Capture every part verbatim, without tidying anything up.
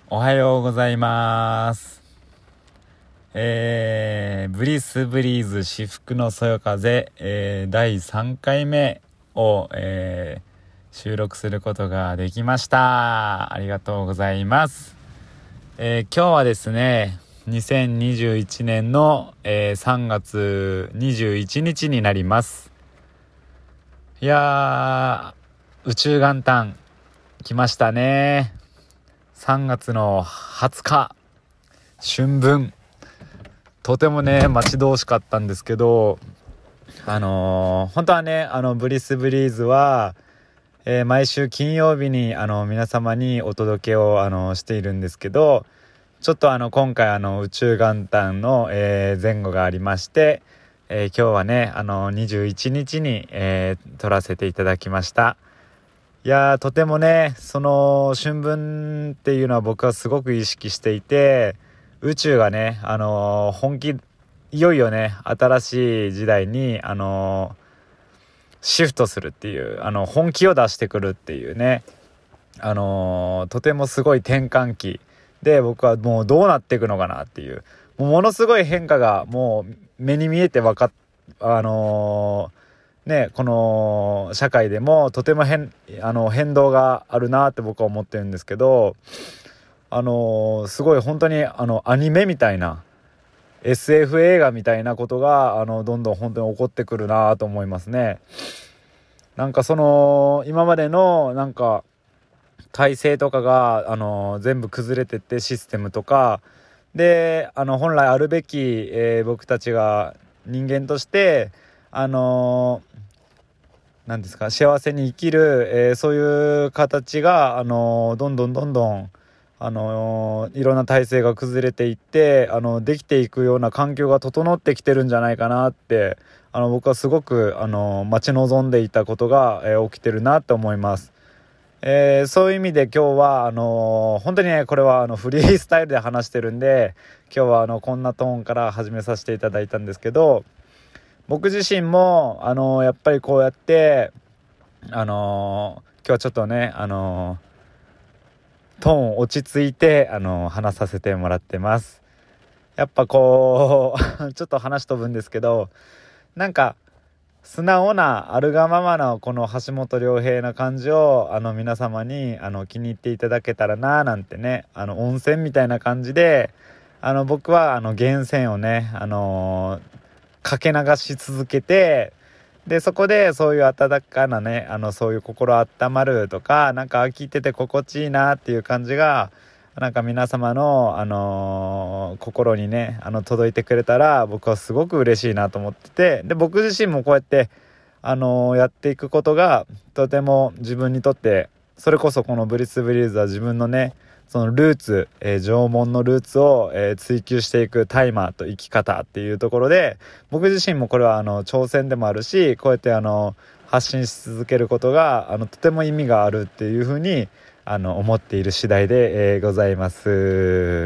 おはようございます。えー、ブリスブリーズ至福のそよ風、えー、だいさんかいめを、えー、収録することができました。ありがとうございます。えー、今日はですねにせんにじゅういちねんの、えー、さんがつにじゅういちにちになります。いやー宇宙元旦来ましたね。さんがつのはつか春分、とてもね待ち遠しかったんですけど、あのー、本当はねあのブリスブリーズは、えー、毎週金曜日にあの皆様にお届けをあのしているんですけど、ちょっとあの今回あの宇宙元旦の、えー、前後がありまして、えー、今日はねあのにじゅういちにちに、えー、撮らせていただきました。いやーとてもねその春分っていうのは僕はすごく意識していて、宇宙がねあのー、本気いよいよね新しい時代にあのー、シフトするっていうあの本気を出してくるっていうね、あのー、とてもすごい転換期で、僕はもうどうなっていくのかなっていう、もうものすごい変化がもう目に見えてわかっあのーね、この社会でもとても変あの変動があるなって僕は思ってるんですけど、あのー、すごい本当にあのアニメみたいな エスエフ 映画みたいなことがあのどんどん本当に起こってくるなと思いますね。なんかその今までのなんか体制とかがあの全部崩れてってシステムとかで、あの本来あるべき、えー、僕たちが人間としてあの何ですか幸せに生きる、えー、そういう形があのどんどんどんどんあのいろんな体制が崩れていってあのできていくような環境が整ってきてるんじゃないかなって、あの僕はすごくあの待ち望んでいたことが、えー、起きてるなって思います。えー、そういう意味で今日はあのー、本当にねこれはあのフリースタイルで話してるんで、今日はあのこんなトーンから始めさせていただいたんですけど、僕自身もあのー、やっぱりこうやってあのー、今日はちょっとねあのー、トーン落ち着いてあの話させてもらってます。やっぱこうちょっと話飛ぶんですけど、なんか素直なあるがままのこの橋本良平な感じをあの皆様にあの気に入っていただけたらななんてね、あの温泉みたいな感じであの僕はあの源泉をねあのー、かけ流し続けて、でそこでそういう温かなねあのそういう心温まるとか、なんか聞いてて心地いいなっていう感じがなんか皆様の、あのー、心にねあの届いてくれたら僕はすごく嬉しいなと思ってて、で僕自身もこうやって、あのー、やっていくことがとても自分にとって、それこそこのブリスブリーズは自分のねそのルーツ、えー、縄文のルーツを、えー、追求していくタイマーと生き方っていうところで、僕自身もこれはあの挑戦でもあるし、こうやってあの発信し続けることがあのとても意味があるっていうふうにあの思っている次第で、えー、ございます。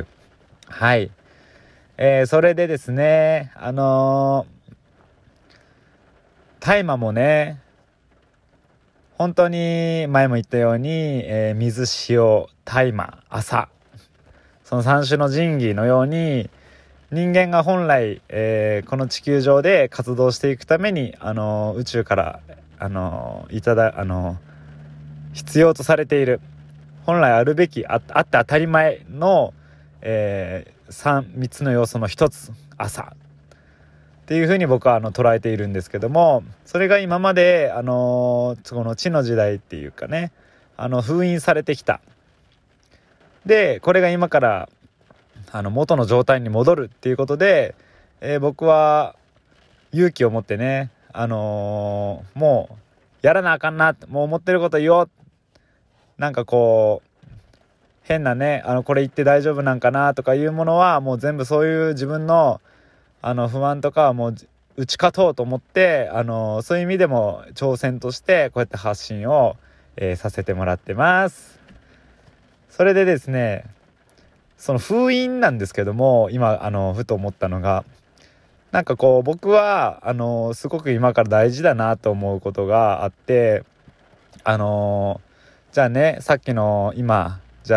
はい、えー、それでですねあのー、大麻もね本当に前も言ったように、えー、水塩大麻朝、その三種の神器のように人間が本来、えー、この地球上で活動していくために、あのー、宇宙から、あのー、いただ、あのー、必要とされている、本来あるべき あ, あって当たり前の、えー、3, 3つの要素の一つ朝っていうふうに僕はあの捉えているんですけども、それが今まで、あのー、この地の時代っていうかねあの封印されてきた。でこれが今からあの元の状態に戻るっていうことで、えー、僕は勇気を持ってね、あのー、もうやらなあかんな、もう思ってること言おう、なんかこう変なねあのこれ言って大丈夫なんかなとかいうものはもう全部そういう自分のあの不安とかはもう打ち勝とうと思って、あのー、そういう意味でも挑戦としてこうやって発信を、えー、させてもらってます。それでですねその封印なんですけども、今あのふと思ったのが、なんかこう僕はあのすごく今から大事だなと思うことがあって、あのじゃあねさっきの今じゃあ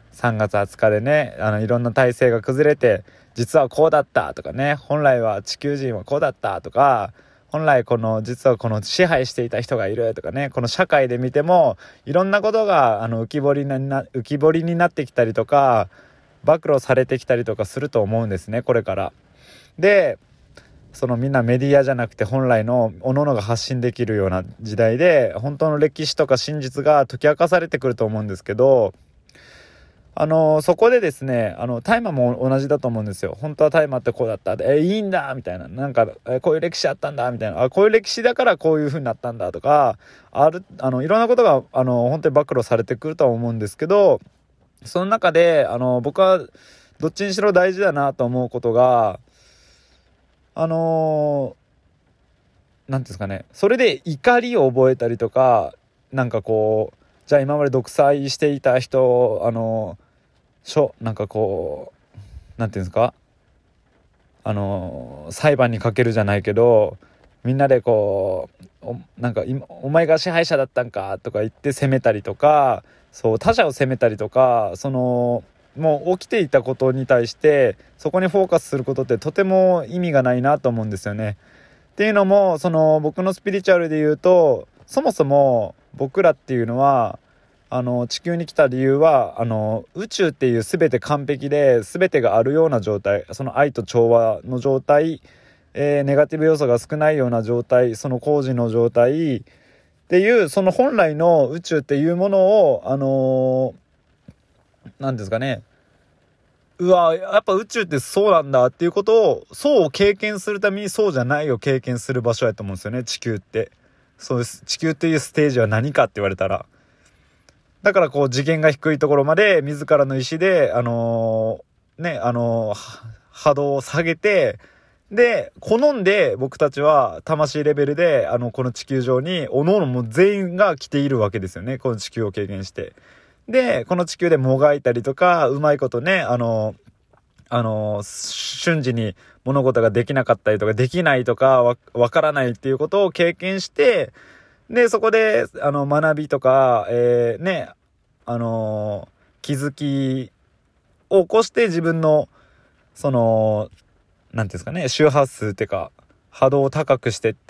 さんがつはつかでね、あのいろんな体制が崩れて、実はこうだったとかね、本来は地球人はこうだったとか、本来この実はこの支配していた人がいるとかね、この社会で見てもいろんなことがあの浮き彫りにな浮き彫りになってきたりとか、暴露されてきたりとかすると思うんですね、これから。で、そのみんなメディアじゃなくて本来の各々が発信できるような時代で、本当の歴史とか真実が解き明かされてくると思うんですけど、あのそこでですね、あの大麻も同じだと思うんですよ。本当は大麻ってこうだった、えいいんだみたいな、なんかえこういう歴史あったんだみたいな、あこういう歴史だからこういう風になったんだとか、あるあのいろんなことがあの本当に暴露されてくるとは思うんですけど、その中であの僕はどっちにしろ大事だなと思うことが、あのー、なんていうんですかね、それで怒りを覚えたりとか、なんかこうじゃあ今まで独裁していた人、あのーしょなんかこうなんていうんですか、あの裁判にかけるじゃないけど、みんなでこう お, なんか今お前が支配者だったんかとか言って責めたりとか、そう他者を責めたりとか、そのもう起きていたことに対してそこにフォーカスすることってとても意味がないなと思うんですよね。っていうのも、その僕のスピリチュアルで言うと、そもそも僕らっていうのはあの地球に来た理由は、あの宇宙っていう全て完璧で全てがあるような状態、その愛と調和の状態、えー、ネガティブ要素が少ないような状態、その工事の状態っていう、その本来の宇宙っていうものを、あのー、なんですかね、うわやっぱ宇宙ってそうなんだっていうことを、そうを経験するためにそうじゃないを経験する場所やと思うんですよね、地球って。そうです。地球っていうステージは何かって言われたら、だからこう次元が低いところまで自らの意志であのー、ねあのー、波動を下げて、で好んで僕たちは魂レベルであのこの地球上に各々も全員が来ているわけですよね、この地球を経験して。でこの地球でもがいたりとか、うまいことねあのあの瞬時に物事ができなかったりとか、できないとか わ, わからないっていうことを経験して、でそこであの学びとか、えー、ねあのー、気づきを起こして、自分のそのなんていうんですかね、周波数っていうか波動を高くしてって、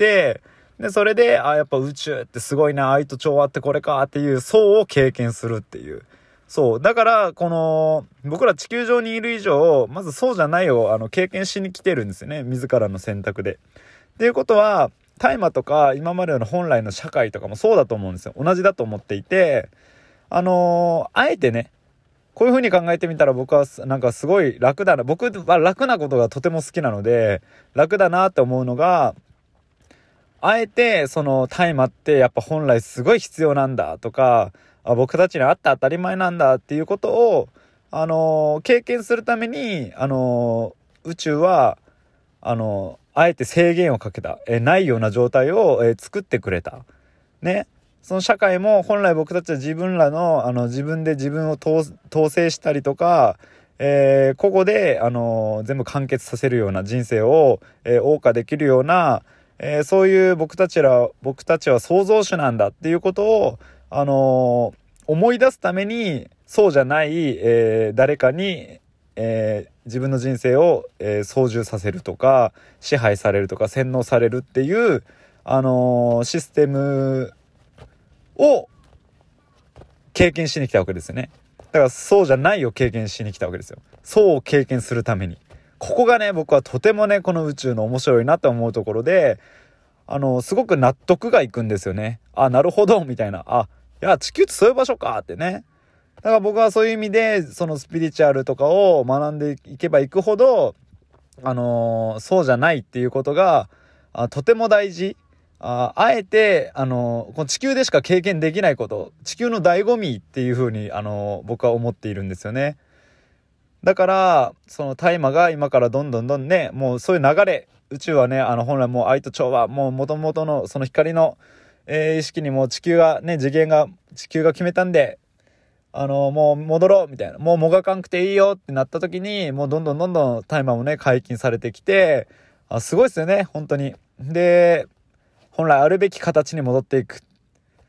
でそれであやっぱ宇宙ってすごいな、愛と調和ってこれかっていう層を経験するっていう。そうだからこの僕ら地球上にいる以上、まずそうじゃないをあの経験しに来てるんですよね、自らの選択で。っていうことは大麻とか今までの本来の社会とかもそうだと思うんですよ。同じだと思っていて、あのー、あえてねこういう風に考えてみたら、僕はなんかすごい楽だな、僕は楽なことがとても好きなので楽だなって思うのが、あえてその大麻ってやっぱ本来すごい必要なんだとか、あ僕たちにあって当たり前なんだっていうことを、あのー、経験するために、あのー、宇宙はあのー、あえて制限をかけた、えないような状態を、え作ってくれたね。その社会も本来僕たちは自分らのあの自分で自分を統制したりとか、えー、個々であの全部完結させるような人生を、えー、謳歌できるような、えー、そういう僕たちら僕たちは創造主なんだっていうことを、あの思い出すために、そうじゃない、えー、誰かに、えー、自分の人生を、えー、操縦させるとか支配されるとか洗脳されるっていう、あのシステムを経験しに来たわけですよね。だからそうじゃないを経験しに来たわけですよ。そうを経験するために。ここがね、僕はとてもねこの宇宙の面白いなと思うところで、あのすごく納得がいくんですよね。あ、なるほどみたいな、あ、いや地球ってそういう場所かってね。だから僕はそういう意味でそのスピリチュアルとかを学んでいけばいくほど、あのー、そうじゃないっていうことがあとても大事。あ, あえてあのこの地球でしか経験できないこと、地球の醍醐味っていう風にあの僕は思っているんですよね。だからその大麻が今からどんどんどんね、もうそういう流れ、宇宙はねあの本来もう愛と調和、もう元々のその光の、えー、意識にも地球がね次元が地球が決めたんで、あのもう戻ろうみたいな、もうもがかんくていいよってなった時に、もうどんどんどんどん大麻もね解禁されてきて、あすごいですよね本当に。で本来あるべき形に戻っていくっ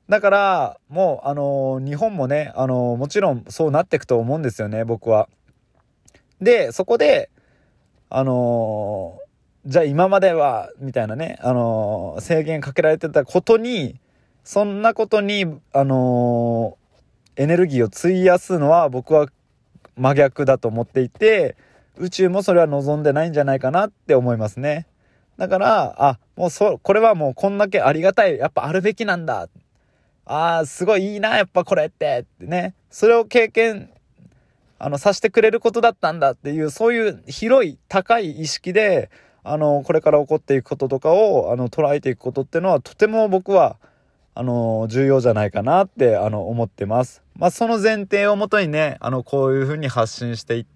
だからもうあの日本もね、あのもちろんそうなっていくと思うんですよね、僕は。でそこであのじゃあ今まではみたいなね、あの制限かけられてたことに、そんなことにあのエネルギーを費やすのは僕は真逆だと思っていて、宇宙もそれは望んでないんじゃないかなって思いますね。だからあもうそこれはもうこんだけありがたい、やっぱあるべきなんだ、あーすごいいいなやっぱこれってってね、それを経験あのさせてくれることだったんだっていう、そういう広い高い意識であのこれから起こっていくこととかをあの捉えていくことっていうのはとても僕はあの重要じゃないかなってあの思ってます。まあその前提をもとにね、あのこういう風に発信していって、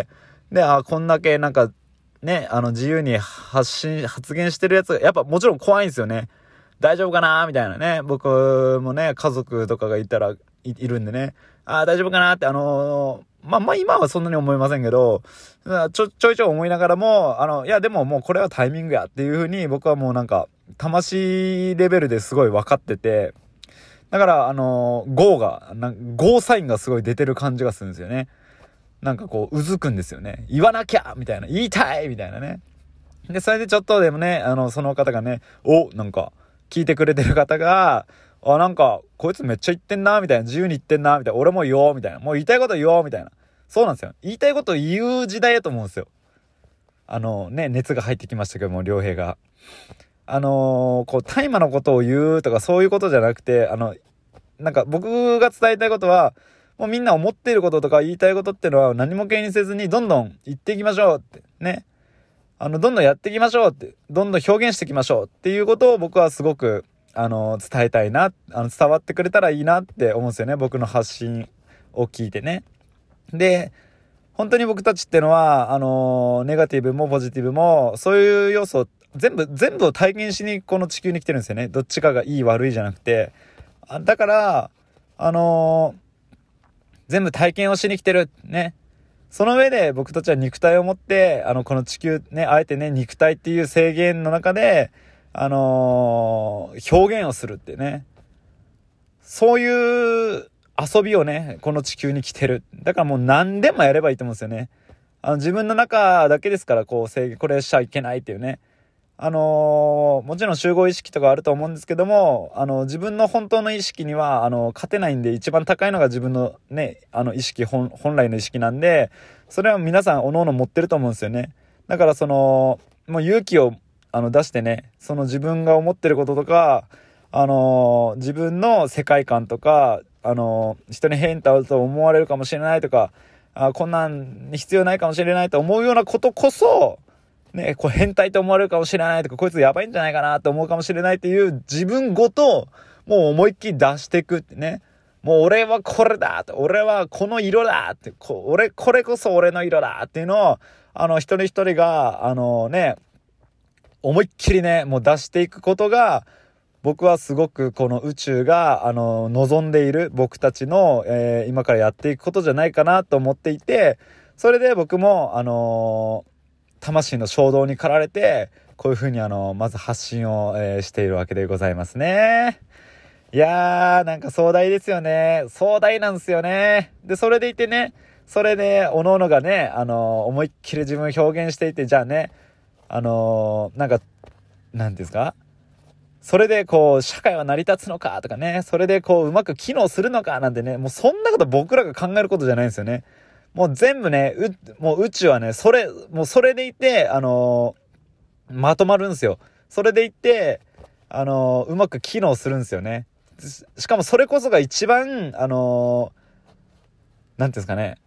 であこんだけなんかね、あの自由に発信発言してるやつやっぱもちろん怖いんですよね。大丈夫かなみたいなね、僕もね家族とかがいたら い, いるんでね、あ大丈夫かなってあのーまあまあ今はそんなに思いませんけど、ちょちょいちょい思いながらも、あのいやでももうこれはタイミングやっていう風に僕はもうなんか魂レベルですごい分かってて、だからあのゴーがなんゴーサインがすごい出てる感じがするんですよね。なんかこううずくんですよね。言わなきゃみたいな、言いたいみたいなね。でそれでちょっとでもね、あのその方がね、おなんか聞いてくれてる方が、あなんかこいつめっちゃ言ってんなみたいな、自由に言ってんなみたいな、俺も言おうみたいな、もう言いたいこと言おうみたいな、そうなんですよ。言いたいこと言う時代だと思うんですよ。あのね、熱が入ってきましたけども、良平があのー、こう大麻のことを言うとかそういうことじゃなくて、あのなんか僕が伝えたいことは、もうみんな思っていることとか言いたいことっていうのは何も気にせずにどんどん言っていきましょうってね、あのどんどんやっていきましょうって、どんどん表現していきましょうっていうことを僕はすごくあの伝えたいな、あの伝わってくれたらいいなって思うんですよね、僕の発信を聞いてね。で本当に僕たちってのはあのネガティブもポジティブもそういう要素全部全部を体験しにこの地球に来てるんですよね。どっちかがいい悪いじゃなくて、だからあの全部体験をしに来てるね。その上で僕たちは肉体を持ってあのこの地球ね、あえてね肉体っていう制限の中であのー、表現をするってね、そういう遊びをねこの地球に来てる。だからもう何でもやればいいと思うんですよね。あの自分の中だけですから、こう制限これしちゃいけないっていうね、あのー、もちろん集合意識とかあると思うんですけども、あの自分の本当の意識にはあの勝てないんで、一番高いのが自分のねあの意識、本本来の意識なんで、それは皆さんおのおの持ってると思うんですよね。だからそのもう勇気をあの出してね、その自分が思ってることとか、あのー、自分の世界観とか、あのー、人に変だと思われるかもしれないとか、あこんなん必要ないかもしれないと思うようなことこそね、こう変態と思われるかもしれないとか、こいつやばいんじゃないかなと思うかもしれないっていう自分ごともう思いっきり出していくってね。もう俺はこれだって、俺はこの色だって、こ俺これこそ俺の色だっていうのをあの一人一人があのね思いっきりねもう出していくことが、僕はすごくこの宇宙があの望んでいる僕たちの、えー、今からやっていくことじゃないかなと思っていて、それで僕もあのー魂の衝動に駆られてこういう風にあのまず発信を、えー、しているわけでございますね。いやーなんか壮大ですよね。壮大なんですよね。でそれでいてね、それで各々がねあの思いっきり自分を表現していて、じゃあねあのー、なんかなんですか、それでこう社会は成り立つのかとかね、それでこううまく機能するのかなんてね、もうそんなこと僕らが考えることじゃないんですよね。もう全部ね、うもう宇宙はね、それ、もうそれでいて、あのー、まとまるんですよ。それでいて、あのー、うまく機能するんですよね。しかもそれこそが一番、あのー、なんていうんですかね、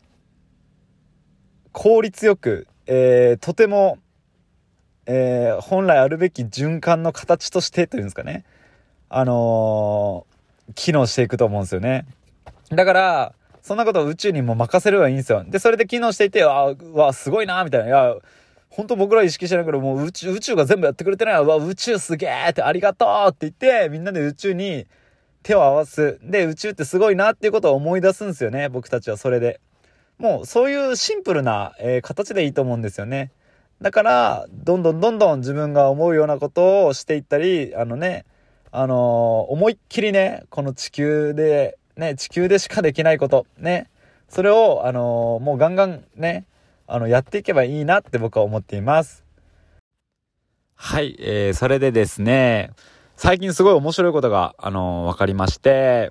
効率よく、えー、とても、えー、本来あるべき循環の形としてというんですかね、あのー、機能していくと思うんですよね。だから、そんなことを宇宙にも任せればいいんですよ。でそれで機能していて、あわすごいなみたいな、いや本当僕ら意識してないけど、もう宇宙宇宙が全部やってくれてない、わ宇宙すげえって、ありがとうって言ってみんなで宇宙に手を合わす。で宇宙ってすごいなっていうことを思い出すんですよね、僕たちは。それでもうそういうシンプルな、えー、形でいいと思うんですよね。だからどんどんどんどん自分が思うようなことをしていったり、あのねあのー、思いっきりね、この地球で、ね、地球でしかできないこと、ね、それを、あのー、もうガンガンね、あの、やっていけばいいなって僕は思っています。はい、えー、それでですね、最近すごい面白いことが、あのー、分かりまして、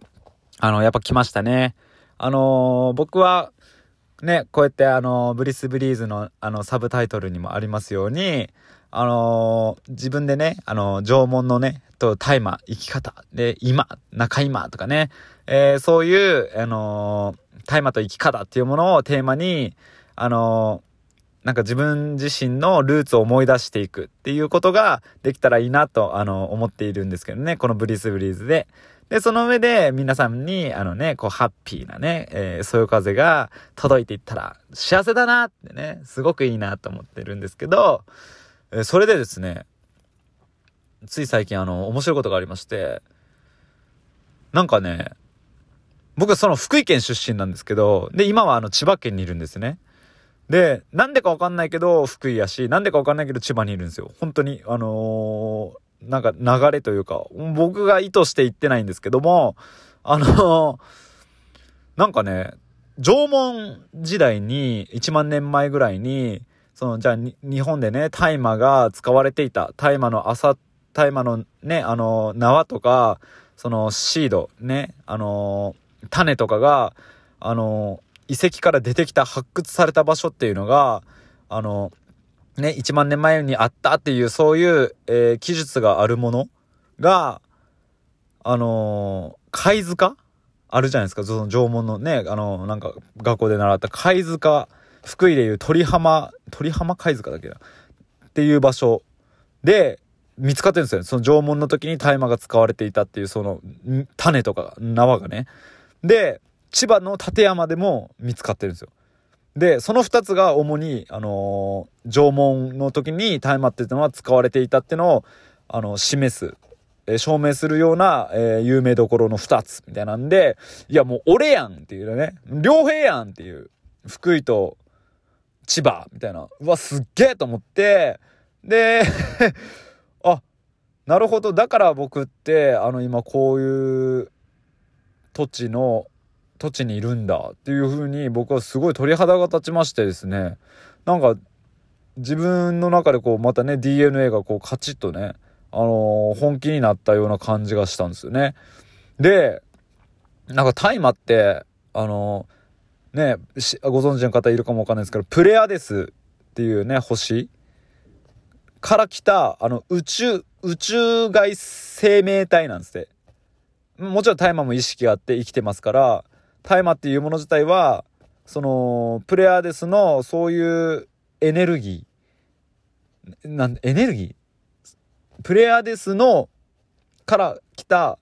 あの、やっぱ来ましたね。あのー、僕は、ね、こうやってあの、ブリスブリーズのあの、サブタイトルにもありますように、あのー、自分でね、あの、縄文のね、と、大麻、生き方、で、今、中今とかね、えー、そういう、あのー、大麻と生き方っていうものをテーマに、あのー、なんか自分自身のルーツを思い出していくっていうことができたらいいなと、あの、思っているんですけどね、このブリスブリーズで。で、その上で皆さんに、あのね、こう、ハッピーなね、えー、そよ風が届いていったら幸せだなってね、すごくいいなと思ってるんですけど、えー、それでですね、つい最近あの、面白いことがありまして、なんかね、僕はその福井県出身なんですけど、で、今はあの、千葉県にいるんですね。で、なんでかわかんないけど、福井やし、なんでかわかんないけど、千葉にいるんですよ。本当に、あのー、なんか流れというか、僕が意図して言ってないんですけども、あのー、なんかね、縄文時代に、いちまんねんまえぐらいに、その、じゃあ、日本でね、大麻が使われていた、大麻の麻、大麻のね、あのー、縄とか、その、シード、ね、あのー、種とかが、あのー、遺跡から出てきた、発掘された場所っていうのが、あのー、ね、いちまんねんまえにあったっていう、そういう、えー、記述があるものが、あのー、貝塚あるじゃないですか。その縄文のね、あのー、なんか、学校で習った貝塚、福井でいう鳥浜、鳥浜貝塚だっけなっていう場所で、見つかってるんですよね。その縄文の時に大麻が使われていたっていう、その、種とか、縄がね。で、千葉の館山でも見つかってるんですよ。で、その二つが主に、あのー、縄文の時に大麻っていうのは使われていたっていうのを、あの、示す、えー、証明するような、えー、有名どころの二つみたいなんで、いやもう俺やんっていうね、両平やんっていう、福井と千葉みたいな、うわ、すっげえと思って、で、あ、なるほど、だから僕って、あの、今こういう土地の、土地にいるんだっていう風に僕はすごい鳥肌が立ちましてですね、なんか自分の中でこうまたね ディーエヌエー がこうカチッとね、あのー、本気になったような感じがしたんですよね。で、なんか大麻ってあのー、ねご存知の方いるかもわかんないですけど、プレアデスっていうね星から来たあの宇宙宇宙外生命体なんですって。もちろん大麻も意識があって生きてますから、大麻っていうもの自体はそのプレアデスのそういうエネルギーなんエネルギープレアデスのから来た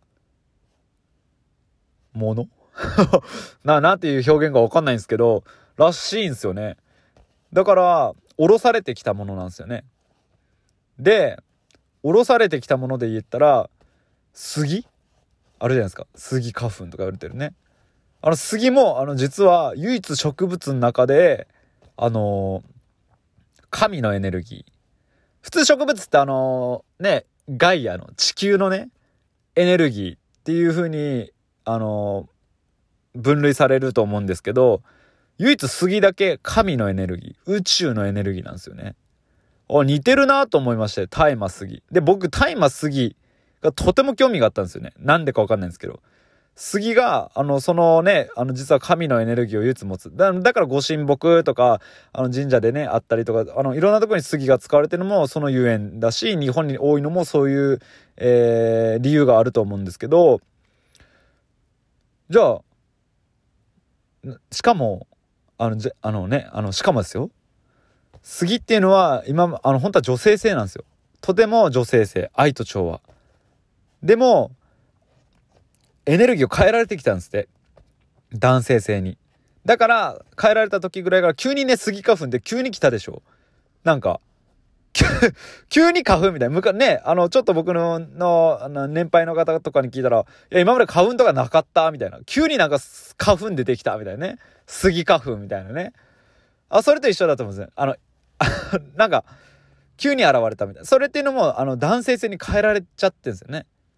ものななんていう表現が分かんないんですけど、らしいんですよね。だから降ろされてきたものなんですよね。で、降ろされてきたもので言ったら杉あるじゃないですか。杉花粉とか言われてるね。あの杉もあの実は唯一植物の中であのー、神のエネルギー。普通植物ってあのー、ねガイアの地球のねエネルギーっていう風にあのー、分類されると思うんですけど、唯一杉だけ神のエネルギー、宇宙のエネルギーなんですよね。あ、似てるなと思いまして、大麻杉で、僕大麻杉がとても興味があったんですよね。なんでかわかんないんですけど、杉が、あの、そのね、あの、実は神のエネルギーを唯一持つ。だ, だから、ご神木とか、あの、神社でね、あったりとか、あの、いろんなところに杉が使われてるのも、そのゆえんだし、日本に多いのもそういう、えー、理由があると思うんですけど、じゃあ、しかも、あの、じゃ、あのね、あの、しかもですよ、杉っていうのは、今、あの、本当は女性性なんですよ。とても女性性、愛と調和。でも、エネルギーを変えられてきたんですって。男性性に。だから、変えられた時ぐらいから急にね、スギ花粉で急に来たでしょ。なんか、急に花粉みたいな。むかね、あの、ちょっと僕の、の、あの年配の方とかに聞いたら、いや、今まで花粉とかなかったみたいな。急になんか花粉出てきたみたいなね。スギ花粉みたいなね。あ、それと一緒だと思うんですね。あの、なんか、急に現れたみたいな。それっていうのも、あの、男性性に変えられちゃってるんですよね。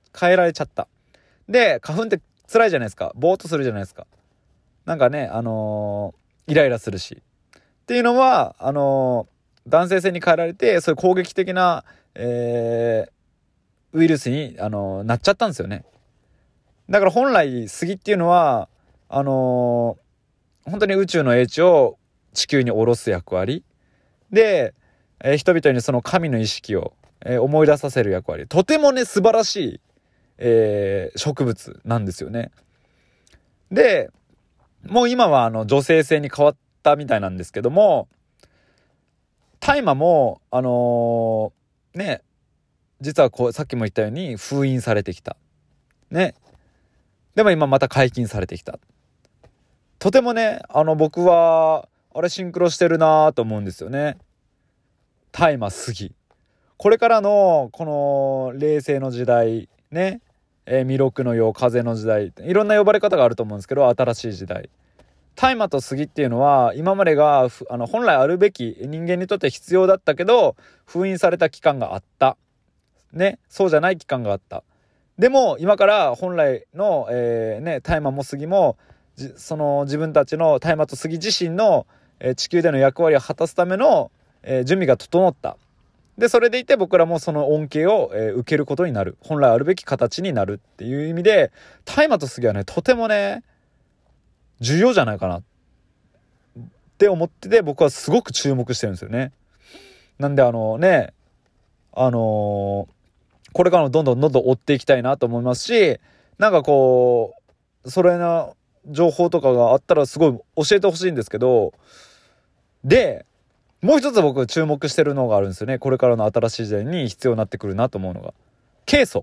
変えられちゃった。で、花粉って辛いじゃないですか。ぼーっとするじゃないですか。なんかね、あのー、イライラするし。っていうのは、あのー、男性性に変えられて、そういう攻撃的な、えー、ウイルスに、あのー、なっちゃったんですよね。だから本来杉っていうのは、あのー、本当に宇宙の英知を地球に下ろす役割で、えー、人々にその神の意識を、えー、思い出させる役割。とてもね、素晴らしい、えー、植物なんですよね。で、もう今はあの女性性に変わったみたいなんですけども、大麻も、あのー、ね、実はこう、さっきも言ったように封印されてきた。ね。でも今また解禁されてきた。とてもね、あの僕は、あれシンクロしてるなと思うんですよね。大麻杉。これからの、この、冷静の時代、ね。えー、弥勒の世、風の時代。いろんな呼ばれ方があると思うんですけど、新しい時代。大麻と杉っていうのは今までがあの本来あるべき人間にとって必要だったけど封印された期間があったね。そうじゃない期間があった。でも今から本来の、えー、ね、大麻も杉もその自分たちの大麻と杉自身の、えー、地球での役割を果たすための、えー、準備が整った。でそれでいて僕らもその恩恵を、えー、受けることになる。本来あるべき形になるっていう意味で大麻と杉はね、とてもね重要じゃないかなって思ってて、僕はすごく注目してるんですよね。なんであのね、あのー、これからもどんどんどんどん追っていきたいなと思いますし、なんかこうそれな情報とかがあったらすごい教えてほしいんですけど、でもう一つ僕注目してるのがあるんですよね。これからの新しい時代に必要になってくるなと思うのがケイ素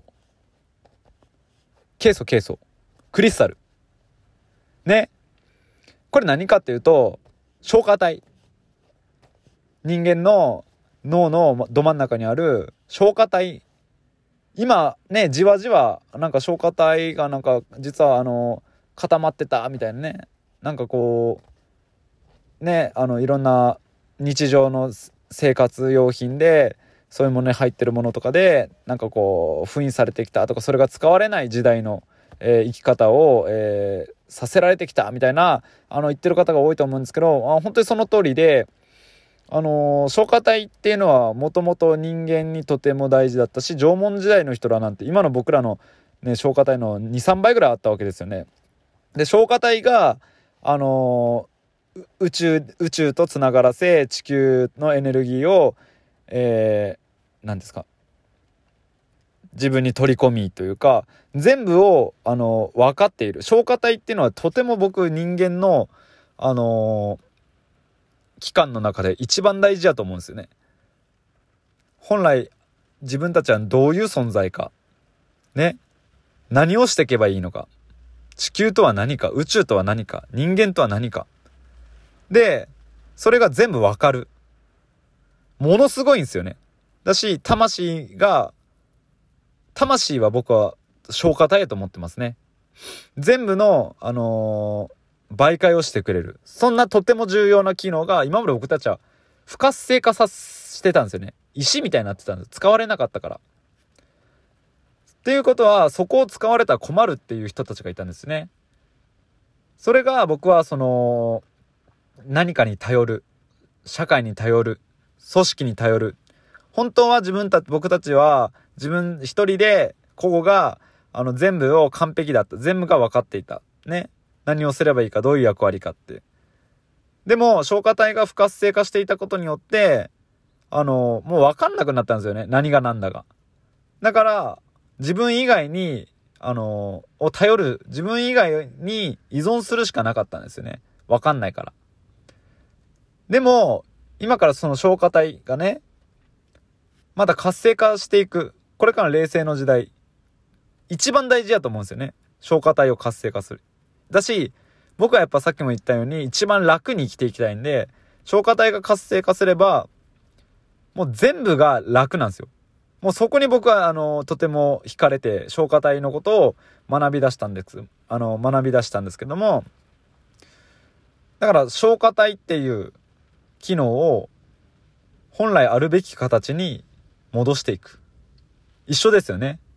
ケイ素ケイ素クリスタルね。これ何かっていうと消化体、人間の脳のど真ん中にある消化体。今ね、じわじわなんか消化体がなんか実はあの固まってたみたいなね、なんかこうね、あのいろんな日常の生活用品でそういうものに入ってるものとかでなんかこう封印されてきたとか、それが使われない時代の、えー、生き方を、えー、させられてきたみたいなあの言ってる方が多いと思うんですけど、あ本当にその通りで、あのー、消化体っていうのはもともと人間にとても大事だったし、縄文時代の人らなんて今の僕らの、ね、消化体の にさんばいぐらいあったわけですよね。で消化体が、あのー、宇宙宇宙とつながらせ地球のエネルギーを、えー、何ですか自分に取り込みというか全部を、あのー、分かっている消化体っていうのはとても僕人間の、あのー期間の中で一番大事だと思うんですよね。本来自分たちはどういう存在かね、何をしていけばいいのか、地球とは何か、宇宙とは何か、人間とは何かで、それが全部わかる。ものすごいんですよね。だし魂が魂は僕は消化体だと思ってますね。全部のあのー媒介をしてくれる、そんなとても重要な機能が今まで僕たちは不活性化さしてたんですよね。石みたいになってたんです。使われなかったから。っていうことはそこを使われたら困るっていう人たちがいたんですね。それが僕はその何かに頼る、社会に頼る、組織に頼る。本当は自分たち僕たちは自分一人で個々があの全部を完璧だった、全部が分かっていたね。何をすればいいか、どういう役割かって。でも消化体が不活性化していたことによってあのもう分かんなくなったんですよね、何が何だか。だから自分以外にあのを頼る、自分以外に依存するしかなかったんですよね、分かんないから。でも今からその消化体がねまだ活性化していく、これから冷静の時代一番大事だと思うんですよね、消化体を活性化する。だし僕はやっぱさっきも言ったように一番楽に生きていきたいんで、消化体が活性化すればもう全部が楽なんですよ。もうそこに僕はあのとても惹かれて消化体のことを学び出したんですあの学び出したんですけども、だから消化体っていう機能を本来あるべき形に戻していく、一緒ですよね。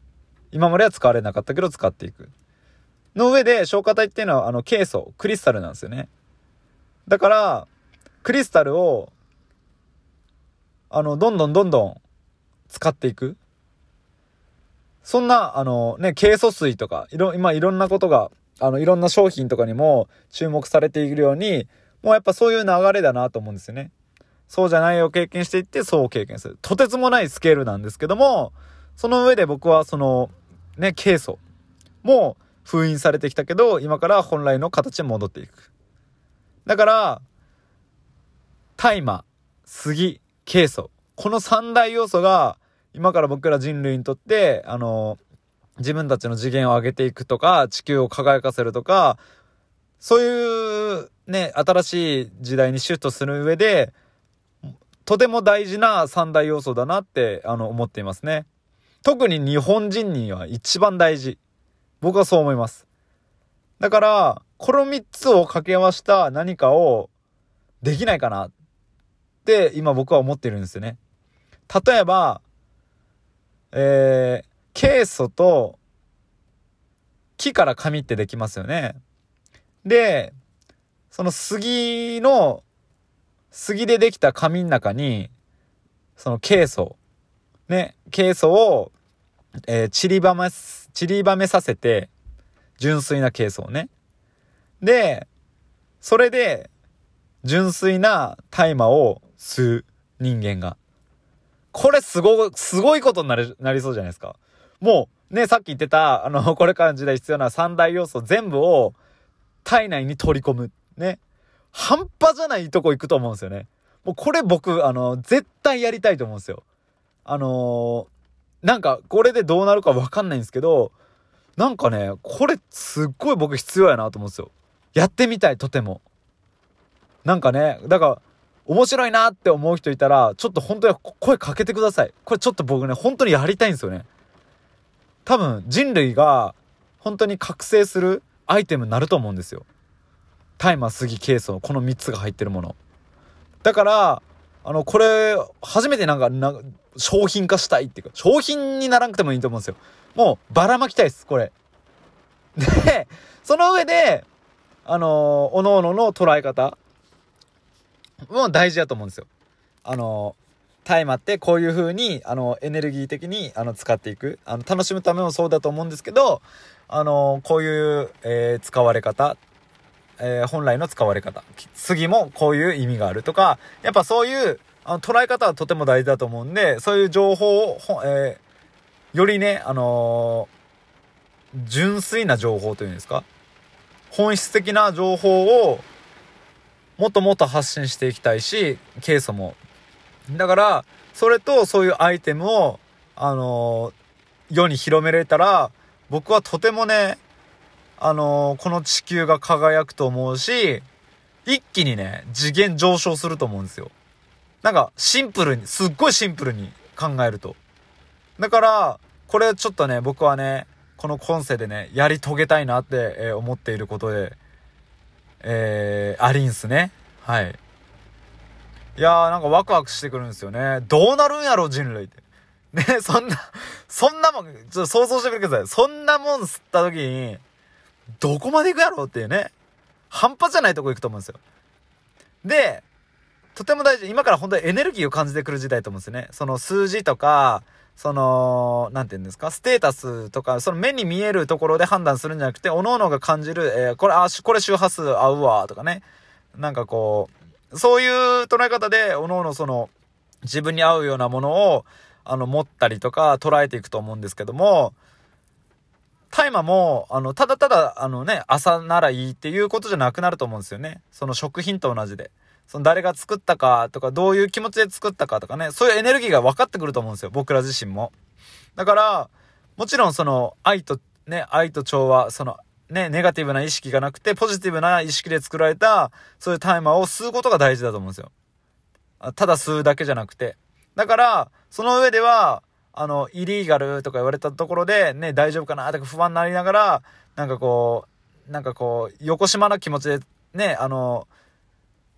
今までは使われなかったけど使っていく。の上で消化体っていうのはあのケイ素、クリスタルなんですよね。だからクリスタルをあのどんどんどんどん使っていく。そんなあのねケイ素水とかいろ今いろんなことがあのいろんな商品とかにも注目されているように、もうやっぱそういう流れだなと思うんですよね。そうじゃないを経験していってそう経験する。とてつもないスケールなんですけども、その上で僕はそのねケイ素も封印されてきたけど、今から本来の形に戻っていく。だから大麻、杉、ケイ素、この三大要素が今から僕ら人類にとってあの自分たちの次元を上げていくとか、地球を輝かせるとか、そういうね新しい時代にシフトする上でとても大事な三大要素だなってあの思っていますね。特に日本人には一番大事。僕はそう思います。だからこのみっつを掛け合わせた何かをできないかなって今僕は思ってるんですよね。例えばえー、ケイ素と木から紙ってできますよね。でその杉の杉でできた紙の中にそのケイ素ねケイ素を、えー、散りばめ散りばめさせて、純粋なケイ素をね、でそれで純粋な大麻を吸う人間が、これすごすごいことになりなりそうじゃないですか。もうねさっき言ってたあのこれからの時代必要な三大要素全部を体内に取り込むね、半端じゃないとこ行くと思うんですよね。もうこれ僕あの絶対やりたいと思うんですよ。あのー、なんかこれでどうなるか分かんないんですけど、なんかねこれすっごい僕必要やなと思うんですよ。やってみたい、とても。なんかねだから面白いなって思う人いたらちょっと本当に声かけてください。これちょっと僕ね本当にやりたいんですよね。多分人類が本当に覚醒するアイテムになると思うんですよ。大麻、杉、ケイ素のこのみっつが入ってるものだから、あのこれ初めてなんかな商品化したいっていうか、商品にならなくてもいいと思うんですよ。もうばらまきたいですこれで。その上であのおのおのの捉え方も大事だと思うんですよ。あの大麻ってこういう風にあのエネルギー的にあの使っていく、あの楽しむためもそうだと思うんですけど、あのこういう、えー、使われ方、えー、本来の使われ方、杉もこういう意味があるとか、やっぱそういうあの捉え方はとても大事だと思うんで、そういう情報を、えー、よりね、あのー、純粋な情報というんですか、本質的な情報をもっともっと発信していきたいし、ケイ素もだから、それとそういうアイテムをあのー、世に広めれたら、僕はとてもね、あのー、この地球が輝くと思うし、一気にね次元上昇すると思うんですよ。なんかシンプルに、すっごいシンプルに考えると。だからこれちょっとね僕はねこの今世でねやり遂げたいなって、えー、思っていることで、えー、ありんすね。はい。いやーなんかワクワクしてくるんですよね。どうなるんやろ人類ってね。そんなそんなもんちょっと想像してみてください。そんなもん吸った時にどこまで行くやろっていうね、半端じゃないとこ行くと思うんですよ。でとても大事、今から本当にエネルギーを感じてくる時代と思うんですよね。その数字とかそのなんていうんですか、ステータスとか、その目に見えるところで判断するんじゃなくて、各々が感じる、えー、これあこれ周波数合うわとかね、なんかこうそういう捉え方で各々その自分に合うようなものをあの持ったりとか捉えていくと思うんですけども、大麻もあのただただあのね朝ならいいっていうことじゃなくなると思うんですよね。その食品と同じで、その誰が作ったかとか、どういう気持ちで作ったかとかね、そういうエネルギーが分かってくると思うんですよ、僕ら自身も。だからもちろんその愛とね愛と調和、そのねネガティブな意識がなくてポジティブな意識で作られたそういう大麻を吸うことが大事だと思うんですよ。ただ吸うだけじゃなくて。だからその上ではあのイリーガルとか言われたところでね大丈夫かなとか不安になりながら、なんかこうなんかこう横島な気持ちでねあの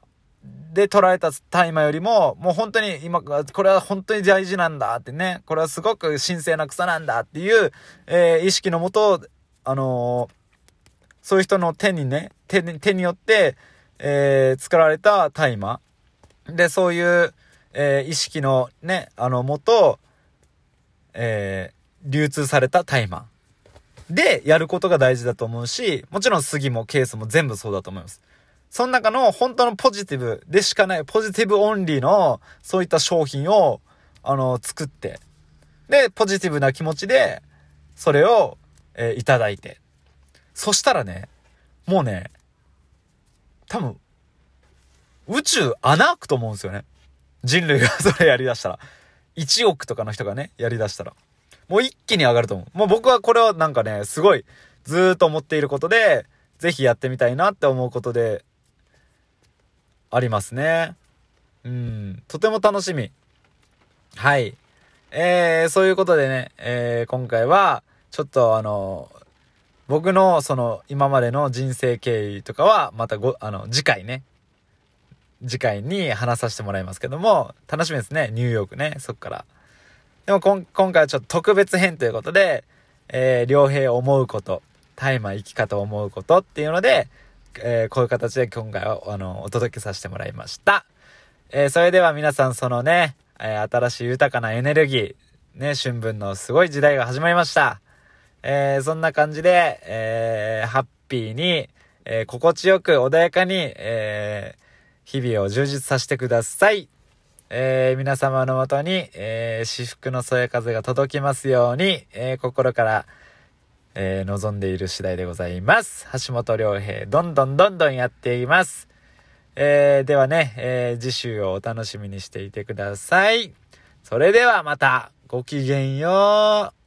で捉えた大麻よりも、もう本当に今、これは本当に大事なんだってね、これはすごく神聖な草なんだっていう、えー、意識のもと、あのー、そういう人の手にね、手に、手によって、えー、作られた大麻。で、そういう、えー、意識のね、あの、もと、えー、流通された大麻。で、やることが大事だと思うし、もちろん杉もケースも全部そうだと思います。その中の本当のポジティブでしかない、ポジティブオンリーのそういった商品を、あの、作って、で、ポジティブな気持ちで、それを、えー、いただいて。そしたらね、もうね、多分、宇宙穴開くと思うんですよね。人類がそれやりだしたら。いちおくとかの人がね、やりだしたら。もう一気に上がると思う。もう僕はこれはなんかね、すごい、ずーっと思っていることで、ぜひやってみたいなって思うことで、ありますね。うん。とても楽しみ。はい。えー、そういうことでね、えー、今回は、ちょっとあの、僕のその、今までの人生経緯とかは、またご、あの、次回ね、次回に話させてもらいますけども、楽しみですね。ニューヨークね、そっから。でもこん今回はちょっと特別編ということで、えー、両平思うこと、大麻生き方を思うことっていうので、えー、こういう形で今回はあのお届けさせてもらいました。えー、それでは皆さんそのね、えー、新しい豊かなエネルギー、ね、春分のすごい時代が始まりました。えー、そんな感じで、えー、ハッピーに、えー、心地よく穏やかに、えー、日々を充実させてください。えー、皆様のもとに、えー、至福のそよ風が届きますように、えー、心からえー、望んでいる次第でございます。橋本良平、どんどんどんどんやっています。えー、ではね、えー、次週をお楽しみにしていてください。それではまた、ごきげんよう。